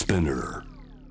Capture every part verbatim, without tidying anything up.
Spinner、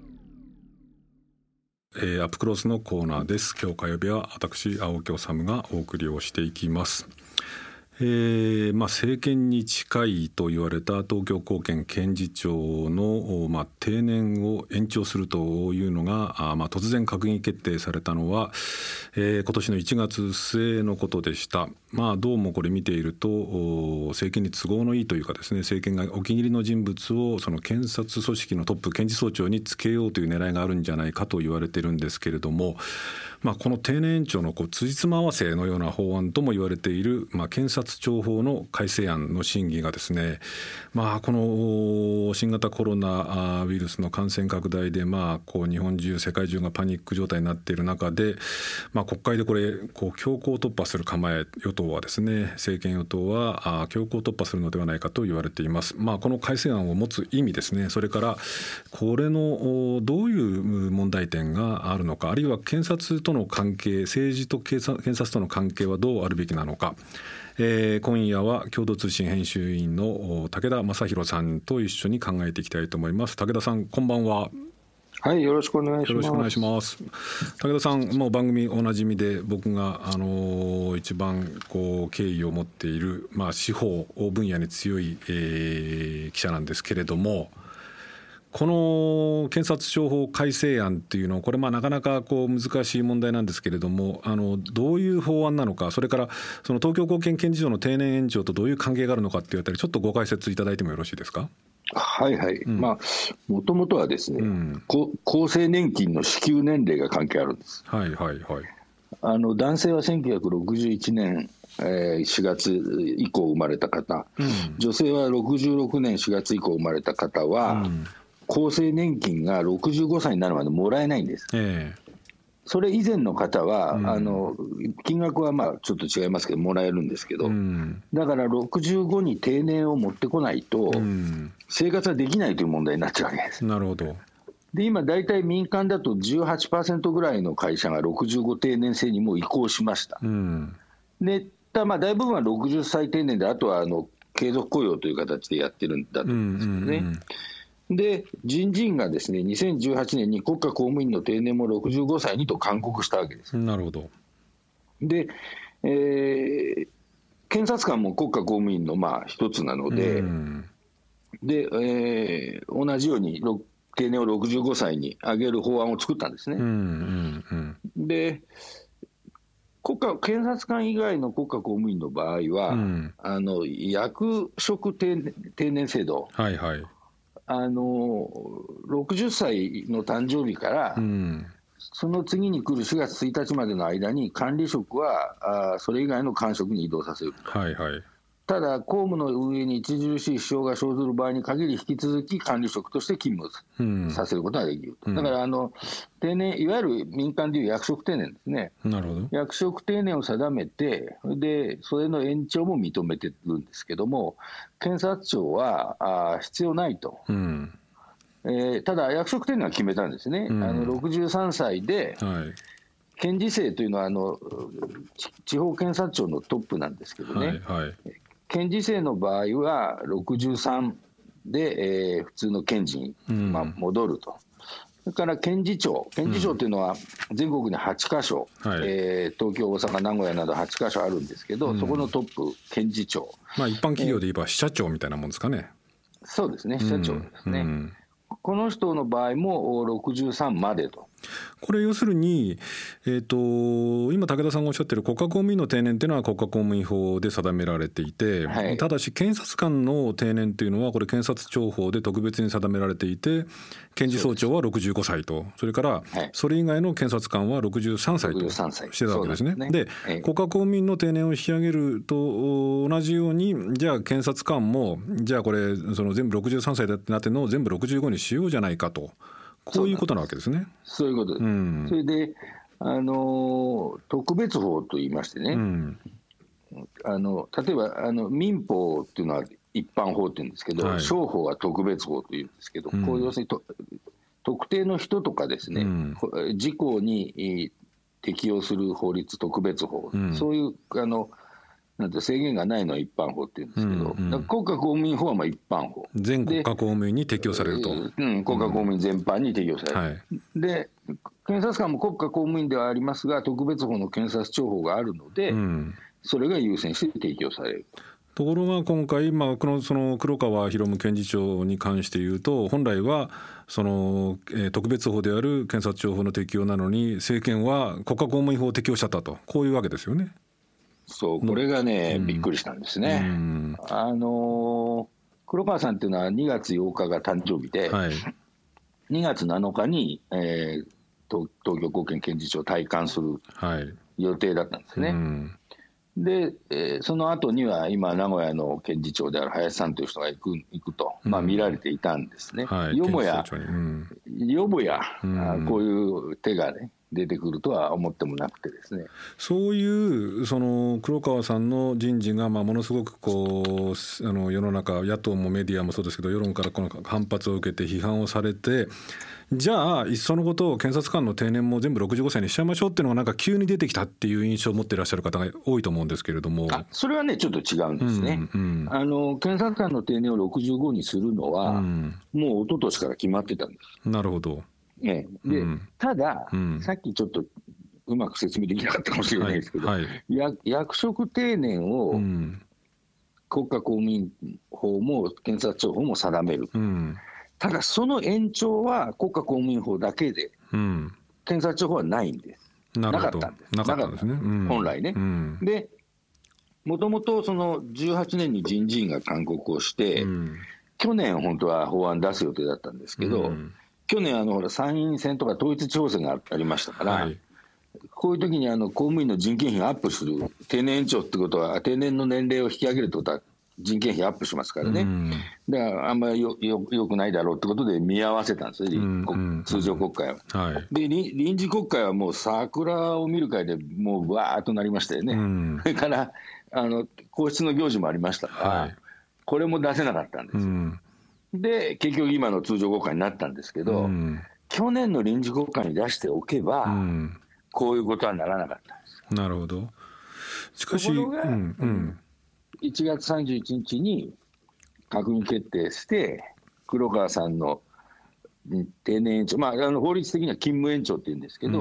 えー、アップクロスのコーナーです。今日火曜日は私青木治がお送りをしていきます。えーまあ、政権に近いと言われた東京高検検事長の、まあ、定年を延長するというのがあ、まあ、突然閣議決定されたのは、えー、今年のいちがつ末のことでした。まあ、どうもこれ見ていると政権に都合のいいというかですね、政権がお気に入りの人物をその検察組織のトップ検事総長につけようという狙いがあるんじゃないかと言われているんですけれども、まあ、この定年延長のこう辻褄合わせのような法案とも言われている、まあ、検察庁法の改正案の審議がですね、まあ、この新型コロナウイルスの感染拡大で、まあ、こう日本中世界中がパニック状態になっている中で、まあ、国会でこれこう強行突破する構え、与党はですね、政権与党はあ強行突破するのではないかと言われています。まあ、この改正案を持つ意味ですね、それからこれのどういう問題点があるのか、あるいは検察との関係、政治と検察との関係はどうあるべきなのか、えー、今夜は共同通信編集員の武田正宏さんと一緒に考えていきたいと思います。武田さん、こんばんは。 はい、よろしくお願いします。 よろしくお願いします。武田さん、もう番組おなじみで、僕が、あのー、一番こう敬意を持っている、まあ、司法分野に強い、えー、記者なんですけれども、この検察庁法改正案っていうのは、これまあなかなかこう難しい問題なんですけれども、あのどういう法案なのか、それからその東京高検検事長の定年延長とどういう関係があるのかっていうあたり、ちょっとご解説いただいてもよろしいですか。 はいはい、うん、まあもともとはですね、うん、厚生年金の支給年齢が関係あるんです。 はいはいはい。 あの男性はせんきゅうひゃくろくじゅういちねんえー、しがつ以降生まれた方、うん、女性はろくじゅうろくねんしがつ以降生まれた方は、うん、厚生年金がろくじゅうごさいになるまでもらえないんです、えー、それ以前の方は、うん、あの金額はまあちょっと違いますけどもらえるんですけど、うん、だからろくじゅうごに定年を持ってこないと、うん、生活はできないという問題になっちゃうわけです。 なるほど。 で今大体民間だと じゅうはちパーセント ぐらいの会社がろくじゅうご定年制にもう移行しました、うん、でただまあ大部分はろくじゅっさい定年で、あとはあの継続雇用という形でやってるんだと思うんですけどね、うんうんうん。で人事院がですねにせんじゅうはちねんに国家公務員の定年もろくじゅうごさいにと勧告したわけです。 なるほど。 で、えー、検察官も国家公務員のまあ一つなので、うん、で、えー、同じように定年をろくじゅうごさいに上げる法案を作ったんですね、うんうんうん。で国家検察官以外の国家公務員の場合は、うん、あの役職定年、定年制度、はいはい、あのろくじゅっさいの誕生日から、うん、その次に来るしがつついたちまでの間に管理職はあそれ以外の官職に移動させる、はいはい、ただ公務の運営に著しい支障が生ずる場合に限り引き続き管理職として勤務させることができる、うん、だからあの定年、いわゆる民間でいう役職定年ですね。なるほど。役職定年を定めて、でそれの延長も認めてるんですけども、検察庁はあ必要ないと、うん、えー、ただ役職定年は決めたんですね、うん、あのろくじゅうさんさいで、はい、検事正というのはあの地方検察庁のトップなんですけどね、はいはい、検事正の場合はろくじゅうさんで、えー、普通の検事に、まあ、戻ると、うん、それから検事長、検事長というのは全国にはちかしょ、うん、えー、東京、大阪、名古屋などはちかしょあるんですけど、うん、そこのトップ、検事長、 まあ、一般企業で言えば支社長みたいなもんですかね。 えー、そうですね、支社長ですね、うんうん、この人の場合もろくじゅうさんまでと。 これ要するに、えー、と今武田さんがおっしゃっている国家公務員の定年というのは国家公務員法で定められていて、はい、ただし検察官の定年というのはこれ検察庁法で特別に定められていて、検事総長はろくじゅうごさいと、それからそれ以外の検察官はろくじゅうさんさいとしてたわけですね。で、国家公務員の定年を引き上げると同じように、じゃあ検察官もじゃあこれその全部ろくじゅうさんさいだってなってるのを全部ろくじゅうごにしようじゃないかと、こういうことなわけですね。 そういうことです、うん、それで、あの特別法といいましてね、うん、あの例えばあの民法っていうのは一般法っていうんですけど、はい、商法は特別法というんですけど、うん、こう要するにと特定の人とかですね、うん、事項に適用する法律特別法、うん、そういうあのなんて制限がないのは一般法っていうんですけど、うんうん、だから国家公務員法はまあ一般法、 全国家公務員に適用されると、 うん、国家公務員全般に適用される、うんはい、で検察官も国家公務員ではありますが特別法の検察庁法があるので、うん、それが優先して適用される。 ところが今回、まあ、このその黒川博文検事長に関して言うと本来はその、えー、特別法である検察庁法の適用なのに政権は国家公務員法を適用しちゃったと、こういうわけですよね。 そうこれがね、うん、びっくりしたんですね、うん、あの黒川さんっていうのはにがつようかが誕生日で、はい、にがつなのかに、えー、東, 東京高検検事長を退官する予定だったんですね、はいうんで、えー、その後には今名古屋の検事長である林さんという人が行く、行くと、まあ、見られていたんですね、うんはい、よもや、うん、よもや、うん、こういう手がね出てくるとは思ってもなくてですね、 そういうその黒川さんの人事がまあものすごくこうあの世の中野党もメディアもそうですけど世論からこの反発を受けて批判をされて、じゃあいっそのことを検察官の定年も全部ろくじゅうごさいにしちゃいましょうっていうのがなんか急に出てきたっていう印象を持っていらっしゃる方が多いと思うんですけれども、 あそれはねちょっと違うんですね、うんうん、あの検察官の定年をろくじゅうごにするのは、うん、もう一昨年から決まってたんです。 なるほど、 ね、で、うん、ただ、うん、さっきちょっとうまく説明できなかったかもしれないですけど、はいはい、や役職定年を国家公務員法も検察庁法も定める、うん、ただその延長は国家公務員法だけで、うん、検察庁法はないんです。なかったんです。 なかったんですね、うん、 本来ね、うん、でもともとそのじゅうはちねんに人事院が勧告をして、うん、去年本当は法案出す予定だったんですけど、うん、去年あのほら参院選とか統一地方選がありましたから、はい、こういう時にあの公務員の人件費がアップする、定年延長ってことは定年の年齢を引き上げるってことは人件費アップしますからね、うん、だからあんまりよ、よ、よくないだろうってことで見合わせたんですよ、うんうん、通常国会は、はい、で臨時国会はもう桜を見る会でもうわーっとなりましたよね、うん、それからあの皇室の行事もありましたから、はい、これも出せなかったんですよ、うんで結局今の通常国会になったんですけど、うん、去年の臨時国会に出しておけば、うん、こういうことはならなかったんです。 なるほど。しかしところが、うんうん、いちがつさんじゅういちにちに閣議決定して黒川さんの定年延長、まあ、あの法律的には勤務延長っていうんですけど、うん、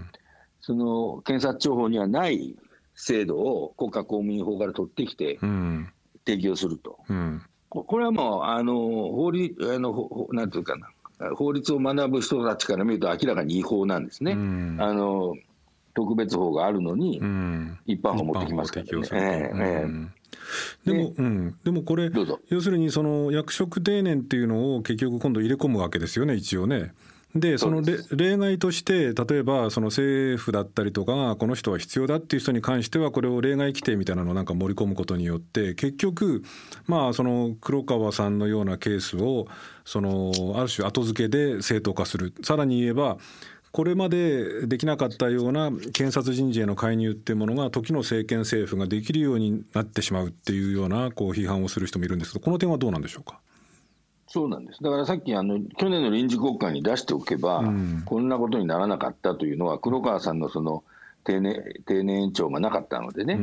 その検察庁法にはない制度を国家公務員法から取ってきて適用すると。うんこれはもうあの法律あのなんていうかな法律を学ぶ人たちから見ると明らかに違法なんですね、うん、あの特別法があるのに一般法持ってきますからね、えーえー、 でも、うん、でもこれ要するにその役職定年っていうのを結局今度入れ込むわけですよね一応ね。でその例外として例えばその政府だったりとかがこの人は必要だっていう人に関してはこれを例外規定みたいなのをなんか盛り込むことによって結局まあその黒川さんのようなケースをそのある種後付けで正当化する。さらに言えばこれまでできなかったような検察人事への介入っていうものが時の政権政府ができるようになってしまうっていうようなこう批判をする人もいるんですけどこの点はどうなんでしょうか。 そうなんです。だからさっきあの去年の臨時国会に出しておけば、うん、こんなことにならなかったというのは黒川さんのその定年、定年延長がなかったのでね、うん、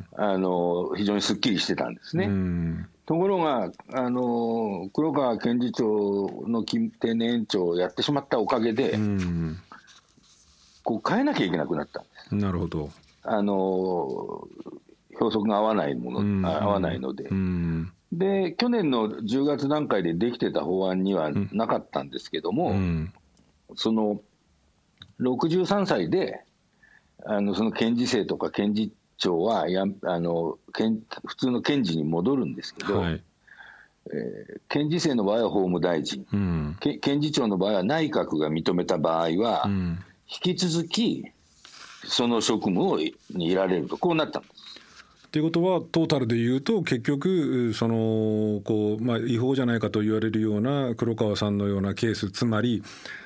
あの非常にすっきりしてたんですね、うん、ところがあの黒川検事長の定年延長をやってしまったおかげで、うん、こう変えなきゃいけなくなったんです。 なるほど。 あの標則が合わないもの、うん、合わないので、うんで去年のじゅうがつ段階でできてた法案にはなかったんですけども、うん、そのろくじゅうさんさいであのその検事正とか検事長はやあの検普通の検事に戻るんですけど、はいえー、検事正の場合は法務大臣、うん、検事長の場合は内閣が認めた場合は、うん、引き続きその職務をにいられるとこうなったんです。 ということはトータルで言うと結局そのこう、まあ、違法じゃないかと言われるような黒川さんのようなケースつまり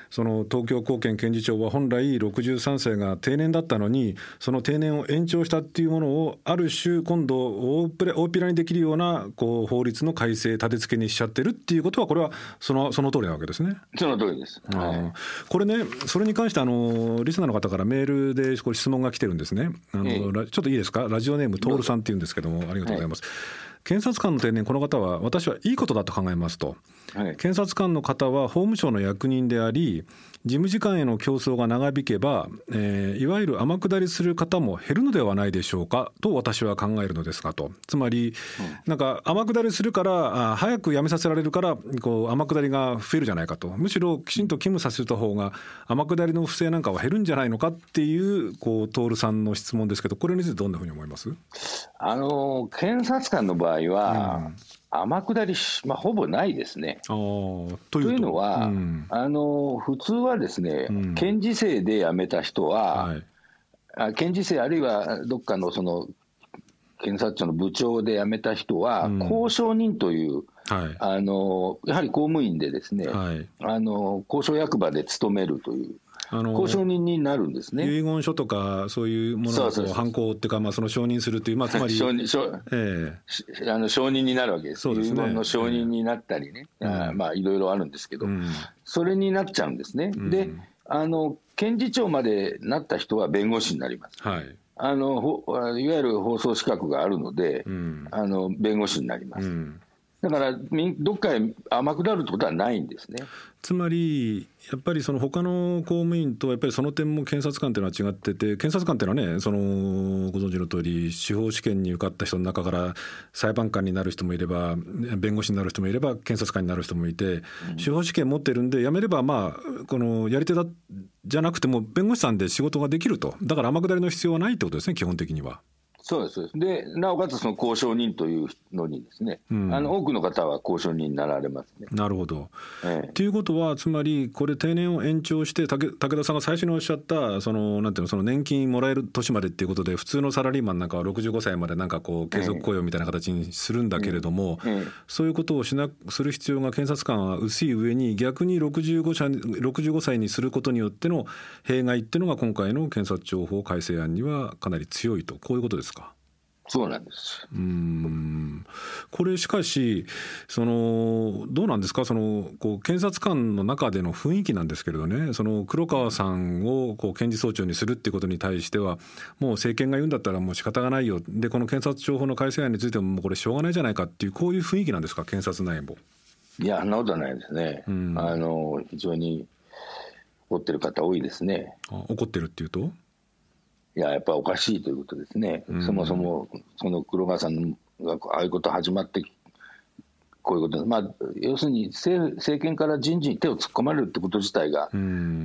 その東京高検検事長は本来ろくじゅうさんさいが定年だったのに、その定年を延長したっていうものをある種今度大っぴらにできるようなこう法律の改正立て付けにしちゃってるっていうことは、これはそのその通りなわけですね。 その通りです、はい、 これね、それに関してあのリスナーの方からメールでこれ質問が来てるんですね。あの、ええ、ちょっといいですか。ラジオネームトールさんっていうんですけども、ありがとうございます。はい、検察官の定年、この方は私はいいことだと考えますと、はい、検察官の方は法務省の役人であり、事務次官への競争が長引けば、えー、いわゆる天下りする方も減るのではないでしょうかと私は考えるのですがと。つまり、うん、なんか天下りするからあ早く辞めさせられるからこう天下りが増えるじゃないかと、むしろきちんと勤務させた方が天下りの不正なんかは減るんじゃないのかっていうこう徹さんの質問ですけど、これについてどんなふうに思います？ あの検察官の場合は、うん天下り、まあ、ほぼないですね。あという、というのは、うん、あの普通はですね、うん、検事正で辞めた人は、はい、あ検事正あるいはどっかのその検察庁の部長で辞めた人は、うん、交渉人という、はい、あのやはり公務員でですね、はい、あの交渉役場で勤めるという。あの交渉人になるんですね。遺言書とかそういうものを犯行っていうか、まあ、その承認するという、まあ、つまり承認、承ええ、あの承認になるわけです。そうですね、遺言の承認になったりね、えー、あまあいろいろあるんですけど、うん、それになっちゃうんですね。うん、であの検事長までなった人は弁護士になります。はい、あのいわゆる法曹資格があるので、うん、あの弁護士になります。うん、だからどっかへ天下るってことはないんですね。 つまりやっぱりその他の公務員とやっぱりその点も検察官というのは違ってて、検察官というのはね、そのご存知の通り司法試験に受かった人の中から裁判官になる人もいれば弁護士になる人もいれば検察官になる人もいて、うん、司法試験持ってるんで辞めればまあこのやり手だじゃなくても弁護士さんで仕事ができると。だから天下りの必要はないってことですね、基本的には。 そうです。で、なおかつその交渉人というのにですね、うん、あの多くの方は交渉人になられますね。 なるほど。と、ええ、いうことはつまりこれ定年を延長して武田さんが最初におっしゃったそのなんていうのその年金もらえる年までっていうことで、普通のサラリーマンなんかはろくじゅうごさいまでなんかこう継続雇用みたいな形にするんだけれども、ええええ、そういうことをしなする必要が検察官は薄い上に、逆にろくじゅうごさいにすることによっての弊害っていうのが今回の検察庁法改正案にはかなり強いと、こういうことですか？ そうなんです。 うーんこれしかしそのどうなんですか、そのこう検察官の中での雰囲気なんですけれどね、その黒川さんをこう検事総長にするっていうことに対しては、もう政権が言うんだったらもう仕方がないよ、でこの検察庁法の改正案についてももうこれしょうがないじゃないかっていう、こういう雰囲気なんですか、検察内部。 いや、そんなことはないですね。あの非常に怒ってる方多いですね。 あ、怒ってるっていうと、 いや、やっぱりおかしいということですね。うん、そもそもその黒川さんがああいうこと始まってこういうこと、まあ、要するに 政, 政権から人事に手を突っ込まれるってこと自体が、うん、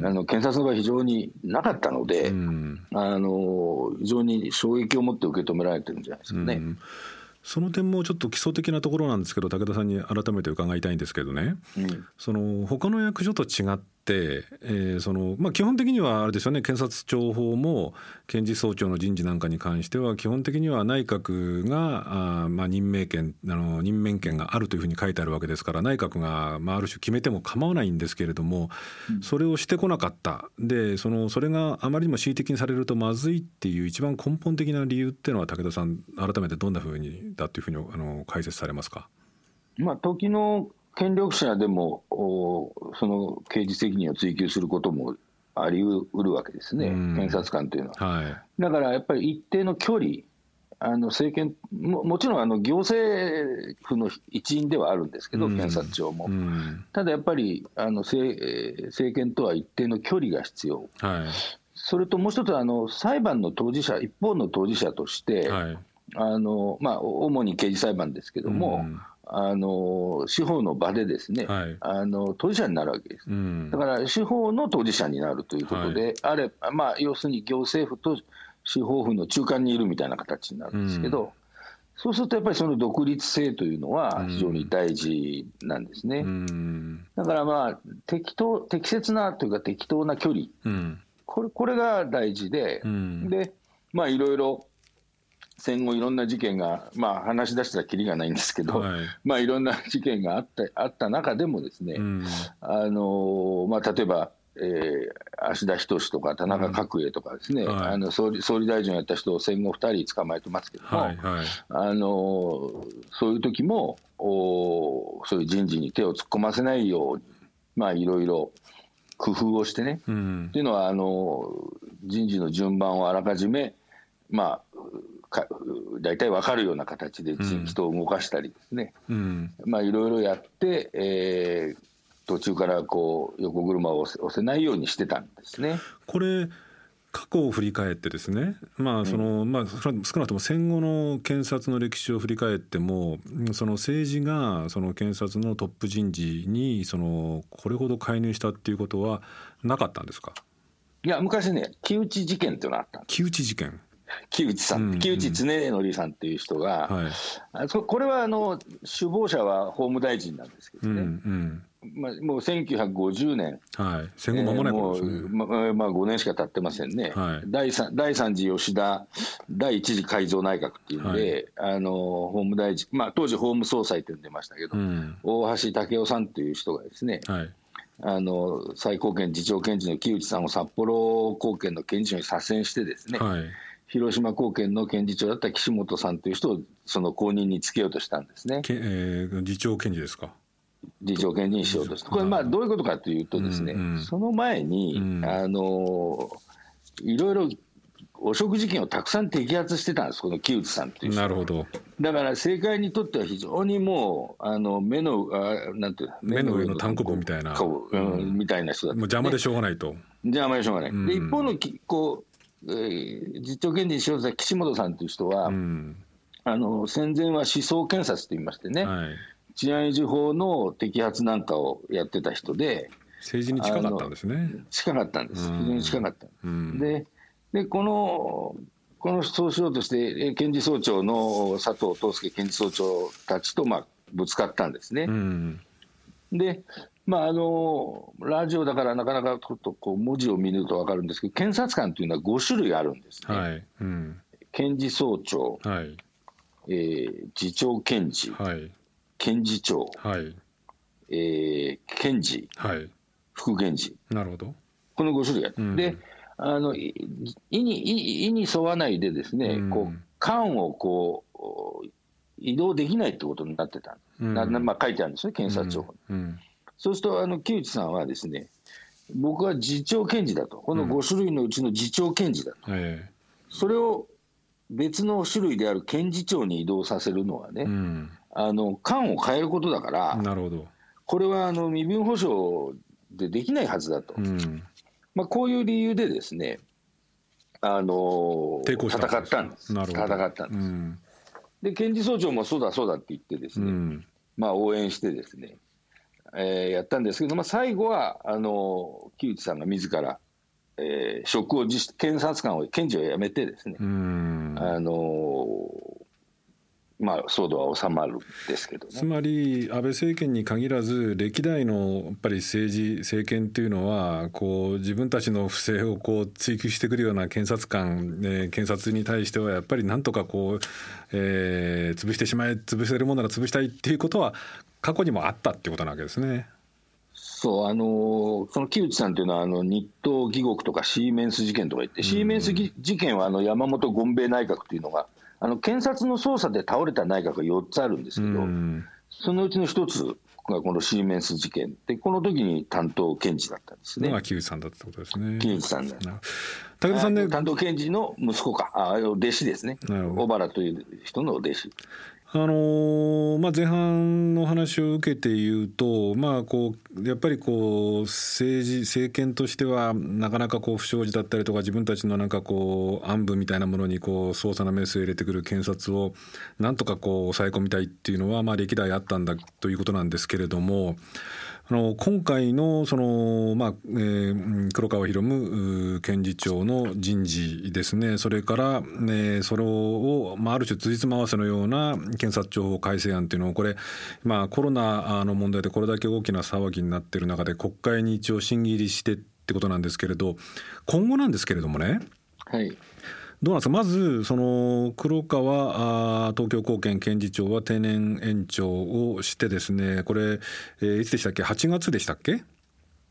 あの検察の場合非常になかったので、うん、あの非常に衝撃を持って受け止められてるんじゃないですかね。うん、 その点もちょっと基礎的なところなんですけど、武田さんに改めて伺いたいんですけどね、うん、その他の役所と違ってえーそのまあ、基本的にはあれですよね、検察庁法も検事総長の人事なんかに関しては基本的には内閣があ、まあ、任命権あの任免権があるというふうに書いてあるわけですから、内閣が、まあ、ある種決めても構わないんですけれども、うん、それをしてこなかった。で そのそれがあまりにも恣意的にされるとまずいっていう一番根本的な理由っていうのは、武田さん改めてどんなふうにだというふうにあの解説されますか？ まあ、時の権力者でもその刑事責任を追及することもありうるわけですね、検察官というのは、はい、だからやっぱり一定の距離、あの政権 も, もちろんあの行政府の一員ではあるんですけど、検察庁も、ただやっぱりあの 政, 政権とは一定の距離が必要、はい、それともう一つはあの裁判の当事者、一方の当事者として、はい、あのまあ、主に刑事裁判ですけども、うんあの司法の場でですね、はい、あの当事者になるわけです、うん、だから司法の当事者になるということで、はい、あれまあ、要するに行政府と司法府の中間にいるみたいな形になるんですけど、うん、そうするとやっぱりその独立性というのは非常に大事なんですね、うん、だからまあ適当適切なというか適当な距離、うん、これ、これが大事で、うん、でまあいろいろ戦後いろんな事件が、まあ、話し出したらきりがないんですけど、はい、まあいろんな事件があった、あった中でもですね、うんあのまあ、例えばえー、芦田仁とか田中角栄とかですね、うん、はい、あの総理、総理大臣をやった人を戦後ふたり捕まえてますけども、はいはい、あのそういう時もおそういう人事に手を突っ込ませないように、まあ、いろいろ工夫をしてね、うん、っていうのはあの人事の順番をあらかじめ、まあ、か大体分かるような形で人を動かしたりですね、うん、まあ、いろいろやって、えー、途中からこう横車を押せないようにしてたんですね。 これ過去を振り返ってですね、まあそのまあ、少なくとも戦後の検察の歴史を振り返っても、その政治がその検察のトップ人事にそのこれほど介入したっていうことはなかったんですか？ いや、昔ね、木内事件っていうのがあったんです。 木内事件。 木内さん、うんうん、木内常則さんっていう人が、はい、これはあの首謀者は法務大臣なんですけどね、うんうん、まあ、もうせんきゅうひゃくごじゅうねん、 はい、戦後間もない頃ですね、 えーもうまあ、ごねんしか経ってませんね、はい、第三第三次吉田第一次改造内閣っていうんで、はい、あの法務大臣、まあ、当時法務総裁って呼んでましたけど、うん、大橋武雄さんという人がですね、はい、あの最高検事長検事の木内さんを札幌高検の検事長に左遷してですね、はい、広島高検の検事長だった岸本さんという人をその後任につけようとしたんですね。 け、えー、次長検事ですか？ 次長検事にしようとして、これまあどういうことかというとですね、うんうん、その前に、うん、あのいろいろ汚職事件をたくさん摘発してたんです、この木内さんという人。 なるほど。 だから政界にとっては非常にもうあの目のあなんていう目の上の単行部みたいな、 うん、みたいな人だった、ね、 もう邪魔でしょうがないと。 邪魔でしょうがない。うん、で一方のこう、えー、実長検事にしようとした岸本さんという人は、うん、あの戦前は思想検察といいましてね、はい、治安維持法の摘発なんかをやってた人で、 政治に近かったんですね。 近かったんです、非常に近かった、うん、ででこのこのそうしようとして検事総長の佐藤東介検事総長たちとまあぶつかったんですね、うん、で、まあ、あのラジオだからなかなかちょっとこう文字を見ると分かるんですけど、検察官というのはご種類あるんですね、はい、うん、検事総長、はい、えー、次長検事、はい、検事長、はい、えー、検事、はい、副検事、 なるほど、 このご種類ある、うん、であの意に、意に沿わないでですね、うん、こう官をこう移動できないってことになってた、うん、なまあ、書いてあるんですね、検察庁、うんうん、そうするとあの木内さんはですね、僕は次長検事だと、このご種類のうちの次長検事だと、うん、それを別の種類である検事長に移動させるのはね、うん、あの官を変えることだから、 なるほど、 これはあの身分保障でできないはずだと、うん、まあ、こういう理由でですね、あのー、戦ったんです。戦ったんです、うん、で検事総長もそうだそうだって言ってですね、うん、まあ、応援してですね、えー、やったんですけど、まあ、最後はあの木内さんが自ら、えー、職を辞し、検察官を検事を辞めてですね、うん、あのーまあ、騒動は収まるんですけどね。 つまり安倍政権に限らず歴代のやっぱり政治政権っていうのはこう自分たちの不正をこう追及してくるような検察官、ね、検察に対してはやっぱりなんとかこう、えー、潰してしまえ、潰せるものなら潰したいっていうことは過去にもあったっていうことなわけですね。 そう、あのその木内さんというのはあの日東義国とかシーメンス事件とか言って、うん、シーメンス事件はあの山本権兵衛内閣というのがあの検察の捜査で倒れた内閣がよっつあるんですけど、うん、そのうちのひとつがこのシーメンス事件で、この時に担当検事だったんですね。 木内さんだったことですね。 木内さんだ。 武田さんね、 担当検事の息子か、あ弟子ですね。小原という人の弟子。 あのーまあ、前半の話を受けて言うと、まあ、こうやっぱりこう政治政権としてはなかなかこう不祥事だったりとか自分たちのなんかこう暗部みたいなものにこう捜査のメスを入れてくる検察をなんとかこう抑え込みたいっていうのはまあ歴代あったんだということなんですけれども、あの今回のその、まあえー、黒川博文検事長の人事ですね、それから、ね、それを、まあ、ある種辻褄合わせのような検察庁法改正案というのをこれ、まあ、コロナの問題でこれだけ大きな騒ぎになっている中で国会に一応審議入りしてってことなんですけれど、今後なんですけれどもね、 はい、 どうなんですか。まずその黒川あ東京高検検事長は定年延長をしてですね、これ、えー、いつでしたっけ、はちがつでしたっけ。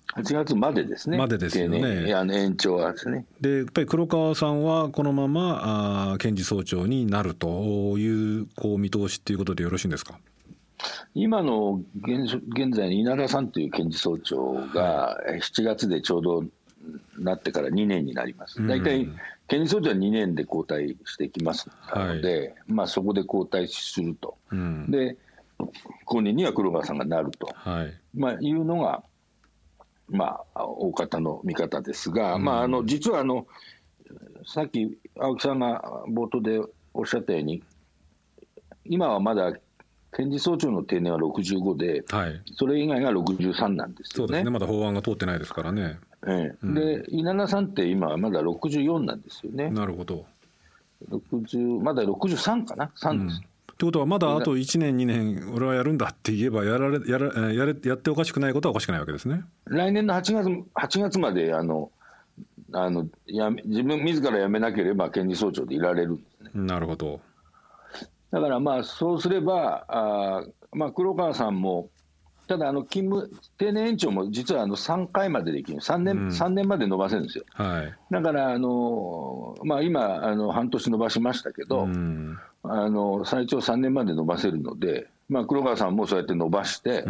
はちがつまでですね。 までですよね。 いや延長はですね。 でやっぱり黒川さんはこのままあ検事総長になるというこう見通しということでよろしいんですか。 今の 現, 現在の稲田さんという検事総長がしちがつでちょうどなってからにねんになります。大体検事総長はにねんで交代してきますので、はい、まあ、そこで交代すると、うん、で後任には黒川さんがなると、はい、まあ、いうのが、まあ、大方の見方ですが、うん、まあ、あの実はあのさっき青木さんが冒頭でおっしゃったように、今はまだ検事総長の定年はろくじゅうごで、はい、それ以外がろくじゅうさんなんですよね。 そうですね、まだ法案が通ってないですからね。 ええ、うん、で稲田さんって今はまだろくじゅうよんなんですよね。 なるほど。 ろくじゅうまだろくじゅうさんかな、さんです。 と、うん、いうことはまだあといちねんにねん俺はやるんだって言えばやられやらやれやっておかしくないことはおかしくないわけですね。 来年のはちがつ、はちがつまであのあのや自分自ら辞めなければ検事総長でいられるんですね。 なるほど。 だからまあそうすればあ、まあ、黒川さんもただあの勤務定年延長も実はあのさんかいまでできる 3, 年、うん、さんねんまで延ばせるんですよ、はい、だからあの、まあ、今あの半年延ばしましたけど、うん、あの最長さんねんまで延ばせるので、まあ、黒川さんもそうやって延ばして、うん、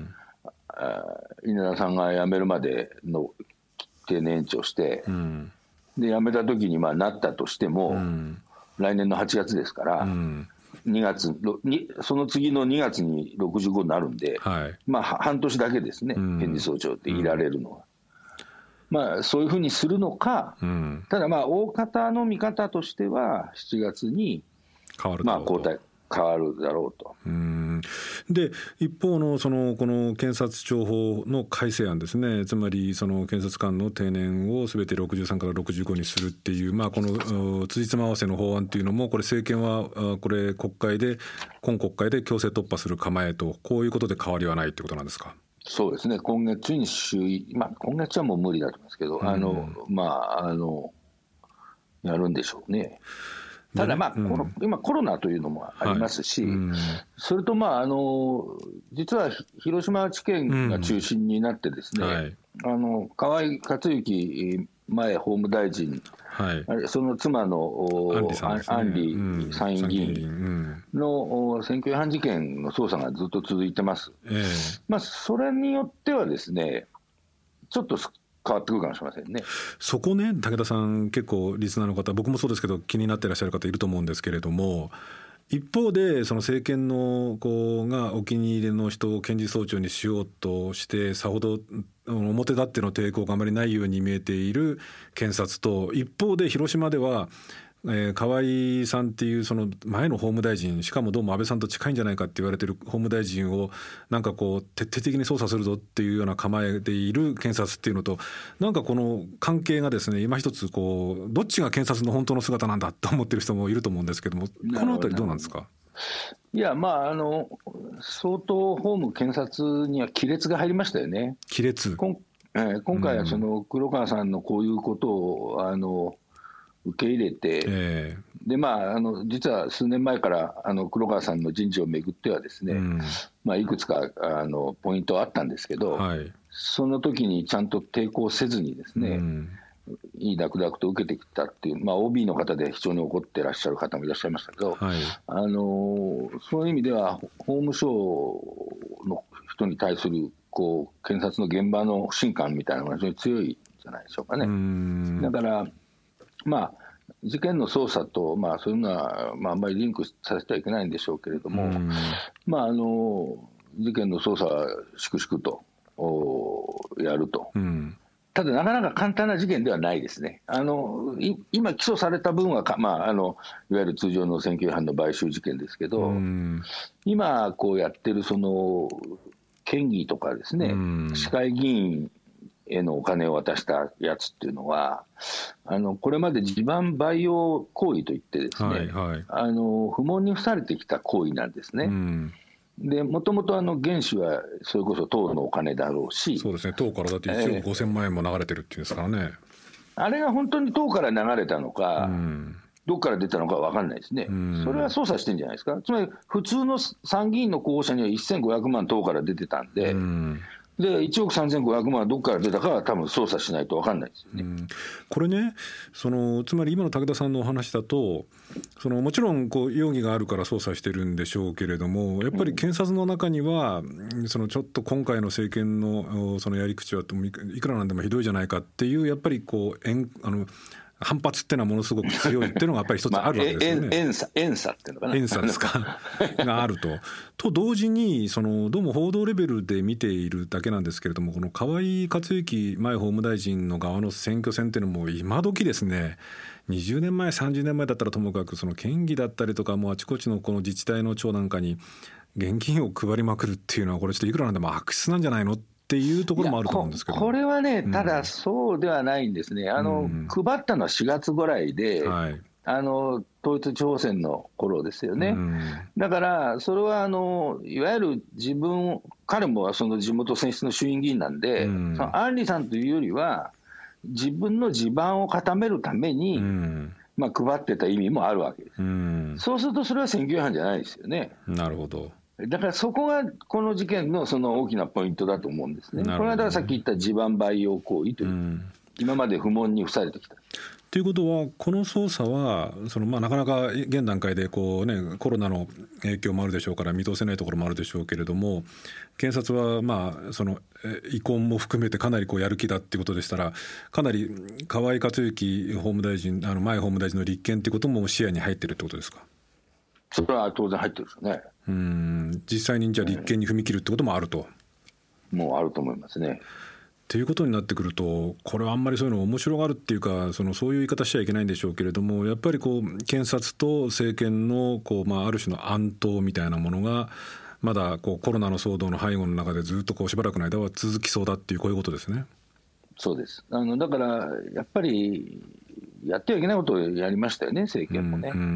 あ稲田さんが辞めるまでの定年延長して、うん、で辞めた時にまあなったとしても、うん、来年のはちがつですから、うん、にがつにその次のにがつにろくじゅうごになるんで、はい、まあ、半年だけですね、うん、検事総長っていられるのは、うん、まあ、そういうふうにするのか、うん、ただまあ大方の見方としてはしちがつに変わるまあ交代変わるだろうと。 うんで一方のそのこの検察庁法の改正案ですね、つまりその検察官の定年をすべてろくじゅうさんからろくじゅうごにするっていう、まあ、この辻褄合わせの法案っていうのもこれ政権はこれ国会で今国会で強制突破する構えと、こういうことで変わりはないってことなんですか。 そうですね、今月に衆院、まあ、今月はもう無理だと思いますけど、うん、あのまああのやるんでしょうね。ただまあ、うん、この今コロナというのもありますし、はい、うん、それとまああの実は広島地検が中心になってですね、うん、はい、あの河井克行前法務大臣、はい、その妻の安里参院議員の選挙違反事件の捜査がずっと続いてます、えーまあ、それによってはですねちょっと変わってくるかもしれませんね。 そこね、武田さん結構リスナーの方、僕もそうですけど気になっていらっしゃる方いると思うんですけれども、一方でその政権の子がお気に入りの人を検事総長にしようとしてさほど表立っての抵抗があまりないように見えている検察と、一方で広島ではえー、河井さんっていうその前の法務大臣、しかもどうも安倍さんと近いんじゃないかって言われてる法務大臣をなんかこう徹底的に捜査するぞっていうような構えでいる検察っていうのと、なんかこの関係がですね今一つこうどっちが検察の本当の姿なんだと思ってる人もいると思うんですけども、このあたりどうなんですか。 いやまああの相当法務検察には亀裂が入りましたよね。 亀裂。 こん、えー、今回はその黒川さんのこういうことをあの受け入れて、えーでまあ、あの実は数年前からあの黒川さんの人事をめぐってはですね、うんまあ、いくつかあのポイントはあったんですけど、はい、その時にちゃんと抵抗せずにですね、うん、いいダクダクと受けてきたっていう、まあ、オービー の方で非常に怒ってらっしゃる方もいらっしゃいましたけど、はい、あのそういう意味では法務省の人に対するこう検察の現場の不信感みたいなのが非常に強いんじゃないでしょうかね。うんだからまあ、事件の捜査と、まあ、そういうのは、まあ、あんまりリンクさせてはいけないんでしょうけれども、まあ、あの事件の捜査は粛々とやると、うん、ただなかなか簡単な事件ではないですね。あの今起訴された分はか、まあ、あのいわゆる通常の選挙違反の買収事件ですけど、うん、今こうやってるその県議とかですね、うん、市会議員へのお金を渡したやつっていうのはあのこれまで地盤培養行為といってですね、はいはい、あの不問に付されてきた行為なんですね。うんでもともと原資はそれこそ党のお金だろうし、 そうですね、党からだっていちおくごせんまん円も流れてるっていうんですからね、えー、 あれが本当に党から流れたのか、うん、どこから出たのか分かんないですね、うん、それは捜査してるんじゃないですか。つまり普通の参議院の候補者にはせんごひゃくまん党から出てたんで、うんでいちおくさんぜんごひゃくまんはどこから出たかは多分捜査しないと分かんないですよね。うん、 これね、そのつまり今の武田さんのお話だと、そのもちろんこう容疑があるから捜査してるんでしょうけれども、やっぱり検察の中には、うん、そのちょっと今回の政権のそのやり口はいくらなんでもひどいじゃないかっていう、やっぱりこうえんあの反発っていうのはものすごく強いっていうのがやっぱり一つあるわけですよね。 まあ、遠さ遠さっていうのかな、 遠さですかがあると。と同時に、そのどうも報道レベルで見ているだけなんですけれども、この河井克行前法務大臣の側の選挙戦っていうのも今時ですね、にじゅうねんまえさんじゅうねんまえだったらともかく、その県議だったりとかもうあちこちのこの自治体の長なんかに現金を配りまくるっていうのは、これちょっといくらなんでも悪質なんじゃないのっていうところもあると思うんですけど。 こ, これはね、ただそうではないんですね。あの、うん、配ったのはしがつぐらいで、はい、あの統一地方選の頃ですよね。うん、だからそれはあのいわゆる自分、彼もその地元選出の衆院議員なんで、うん、その安里さんというよりは自分の地盤を固めるために、うん、まあ、配ってた意味もあるわけです、うん、そうするとそれは選挙違反じゃないですよね。 なるほど。 だからそこがこの事件のその大きなポイントだと思うんですね。これはだからさっき言った地盤培養行為という、うん、今まで不問に付されてきた。 ということは、この捜査はその、まあ、なかなか現段階でこう、ね、コロナの影響もあるでしょうから見通せないところもあるでしょうけれども、検察はまあその遺恨も含めてかなりこうやる気だっていうことでしたら、かなり河井克行法務大臣、あの前法務大臣の立件っていうことも視野に入ってるってことですか。 それは当然入ってるんですよね。 うん、実際にじゃあ立件に踏み切るってこともあると、 うん、もうあると思いますね。 っていうことになってくると、これはあんまりそういうの面白がるっていうか、そのそういう言い方しちゃいけないんでしょうけれども、やっぱりこう検察と政権のこう、まあ、ある種の暗闘みたいなものがまだこうコロナの騒動の背後の中でずっとこうしばらくの間は続きそうだっていう、こういうことですね。 そうです。あのだからやっぱりやってはいけないことをやりましたよね、政権もね。うんうんうん、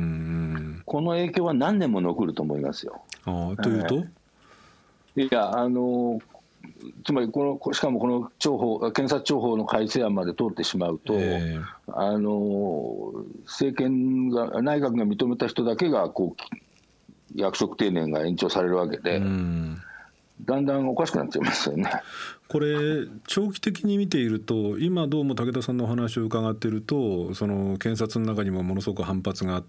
この影響は何年も残ると思いますよ。 あというと、 えー、いやあのつまりこのしかもこの庁法検察庁法の改正案まで通ってしまうと、えー、あの政権が内閣が認めた人だけがこう役職定年が延長されるわけで、うん、だんだんおかしくなっちゃいますよね。 これ長期的に見ていると、今どうも武田さんのお話を伺っていると、その検察の中にもものすごく反発があって、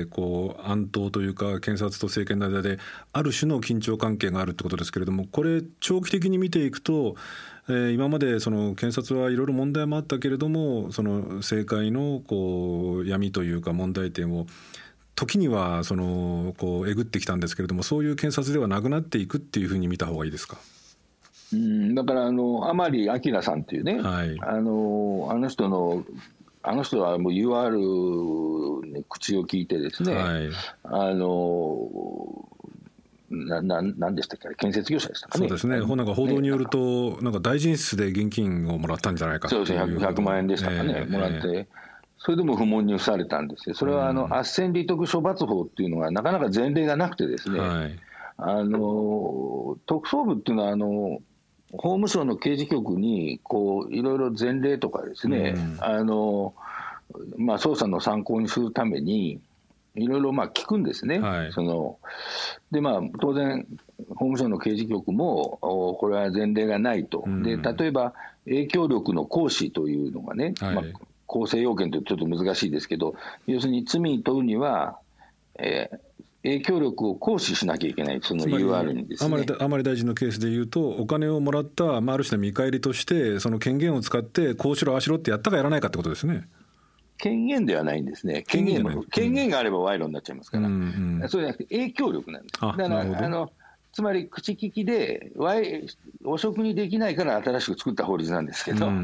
こう暗闘というか検察と政権の間である種の緊張関係があるってことですけれども、これ長期的に見ていくと、えー、今までその検察はいろいろ問題もあったけれども、その政界のこう闇というか問題点を時にはそのこうえぐってきたんですけれども、そういう検察ではなくなっていくっていうふうに見た方がいいですか。 うん、だからあの甘利明さんっていうね、はい、あのあの人のあの人はもう ユーアール に口を聞いてですね、はい、あのなななんでしたっけ、建設業者でしたかね。 そうですね。なんか報道によると、ね、なんか大臣室で現金をもらったんじゃないかっていう。 そうですね、ひゃくまんえんでしたかね、えー、もらって、えー、それでも不問に付されたんですよ。それはあの、うん、斡旋利得処罰法っていうのがなかなか前例がなくてですね、はい、あの特捜部っていうのはあの法務省の刑事局にこういろいろ前例とかですね、うん、あのまあ、捜査の参考にするためにいろいろまあ聞くんですね。はい、そのでまあ、当然法務省の刑事局もこれは前例がないと、うん、で例えば影響力の行使というのがね、はい、まあ、構成要件というとちょっと難しいですけど、要するに罪に問うには、えー影響力を行使しなきゃいけない、その ユーアール にですね。 甘利大臣のケースでいうと、お金をもらった、まあ、ある種の見返りとしてその権限を使ってこうしろああしろってやったかやらないかってことですね。 権限ではないんですね。権限も権限があれば賄賂になっちゃいますから、うんうん、そうじゃなくて影響力なんです。だからあのつまり口利きで汚職にできないから新しく作った法律なんですけど、うんうん、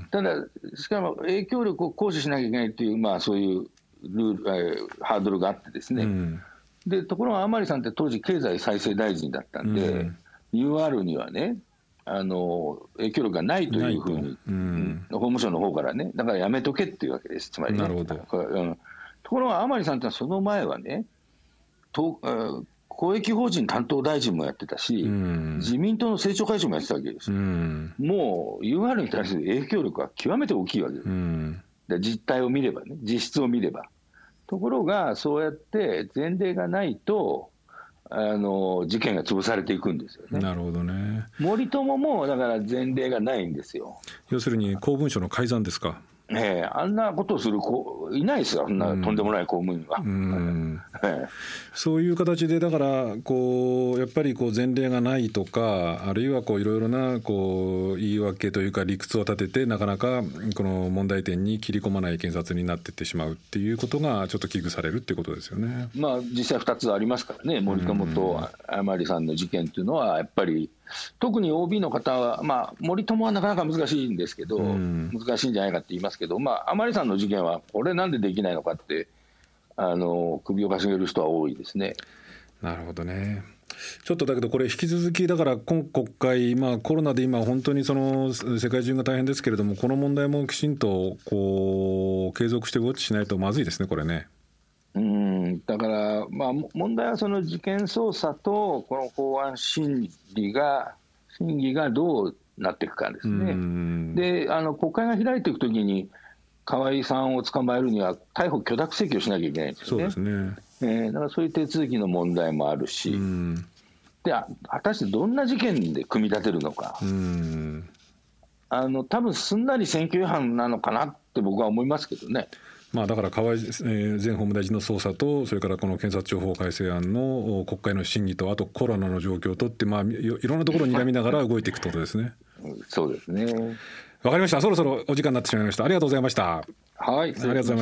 ただしかも影響力を行使しなきゃいけないっていう、まあ、そういうルール、えー、ハードルがあってですね、うん、でところが甘利さんって当時経済再生大臣だったんで、うん、ユーアール にはねあの影響力がないというふうに、うん、法務省の方からね、だからやめとけっていうわけです。つまりね、なるほど。うん、ところが甘利さんってのはその前はねと、えー、公益法人担当大臣もやってたし、うん、自民党の政調会長もやってたわけです、うん、もう ユーアール に対する影響力は極めて大きいわけです、うん、で実態を見ればね、実質を見れば。ところがそうやって前例がないとあの事件が潰されていくんですよね。 なるほどね。 森友もだから前例がないんですよ。 要するに公文書の改ざんですか。 ええ、あんなことをする子いないですよ、そんなとんでもない公務員は。うん、 ええ、そういう形でだからこうやっぱりこう前例がないとか、あるいはこういろいろなこう言い訳というか理屈を立ててなかなかこの問題点に切り込まない検察になっていってしまうっていうことがちょっと危惧されるっていうことですよね。 まあ、実際ふたつありますからね、森友と甘利さんの事件というのはやっぱり特に オービー の方は、まあ、森友はなかなか難しいんですけど、難しいんじゃないかって言いますけど、まあ、甘利さんの事件はこれなんでできないのかってあの首をかしげる人は多いですね。 なるほどね。ちょっとだけどこれ引き続きだから今国会、まあ、コロナで今本当にその世界中が大変ですけれども、この問題もきちんとこう継続してウォッチしないとまずいですね、これね。 うんだから、まあ、問題はその事件捜査とこの法案審理が審議がどうなっていくかですね。であの国会が開いていくときに河井さんを捕まえるには逮捕許諾請求をしなきゃいけないんですよね。 そうですね。 えー、だからそういう手続きの問題もあるし、で果たしてどんな事件で組み立てるのか、うんあの多分すんなり選挙違反なのかなって僕は思いますけどね。 まあ、だから河井前法務大臣の捜査と、それからこの検察庁法改正案の国会の審議と、あとコロナの状況とって、まあ、いろんなところを睨みながら動いていくってことですね。 そうですね。 わかりました。そろそろお時間になってしまいました。ありがとうございました。 はい、 ありがとうございました。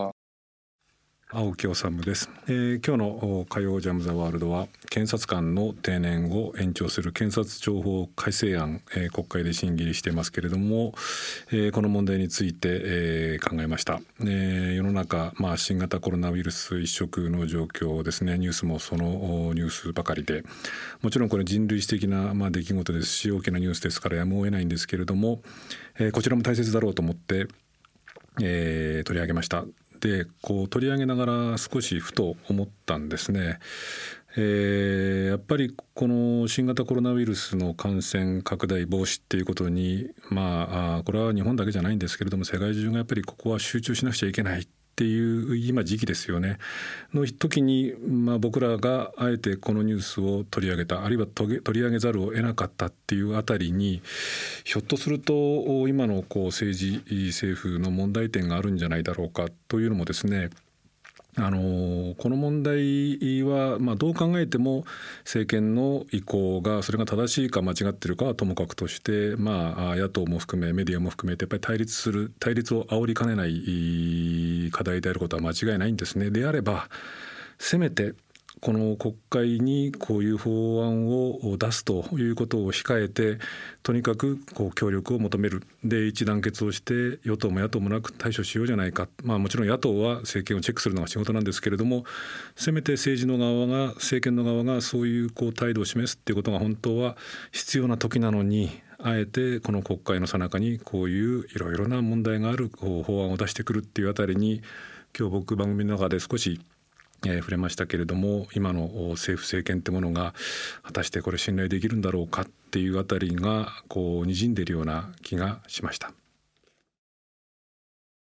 青木治です、えー、今日の火曜ジャムザワールドは検察官の定年を延長する検察庁法改正案、えー、国会で審議していますけれども、えー、この問題について、えー、考えました、えー、世の中、まあ、新型コロナウイルス一色の状況ですね。ニュースもそのニュースばかりで、もちろんこれ人類史的な、まあ、出来事ですし大きなニュースですからやむを得ないんですけれども、えー、こちらも大切だろうと思って、えー、取り上げました。でこう取り上げながら少しふと思ったんですね。えー、やっぱりこの新型コロナウイルスの感染拡大防止っていうことに、まあこれは日本だけじゃないんですけれども、世界中がやっぱりここは集中しなくちゃいけないっていう今時期ですよねの時に、まあ、僕らがあえてこのニュースを取り上げた、あるいは取り上げざるを得なかったっていうあたりに、ひょっとすると今のこう政治政府の問題点があるんじゃないだろうかというのもですね、あのこの問題は、まあ、どう考えても政権の意向がそれが正しいか間違っているかはともかくとして、まあ、野党も含めメディアも含めてやっぱり対立する対立を煽りかねない課題であることは間違いないんですね。であればせめてこの国会にこういう法案を出すということを控えて、とにかくこう協力を求める、で一致団結をして与党も野党もなく対処しようじゃないか、まあ、もちろん野党は政権をチェックするのが仕事なんですけれども、せめて政治の側が政権の側がそういうこう態度を示すっていうことが本当は必要な時なのに、あえてこの国会の最中にこういういろいろな問題がある法案を出してくるっていうあたりに、今日僕番組の中で少しえー、触れましたけれども、今の政府政権ってものが果たしてこれ信頼できるんだろうかっていうあたりがこう滲んでいるような気がしました。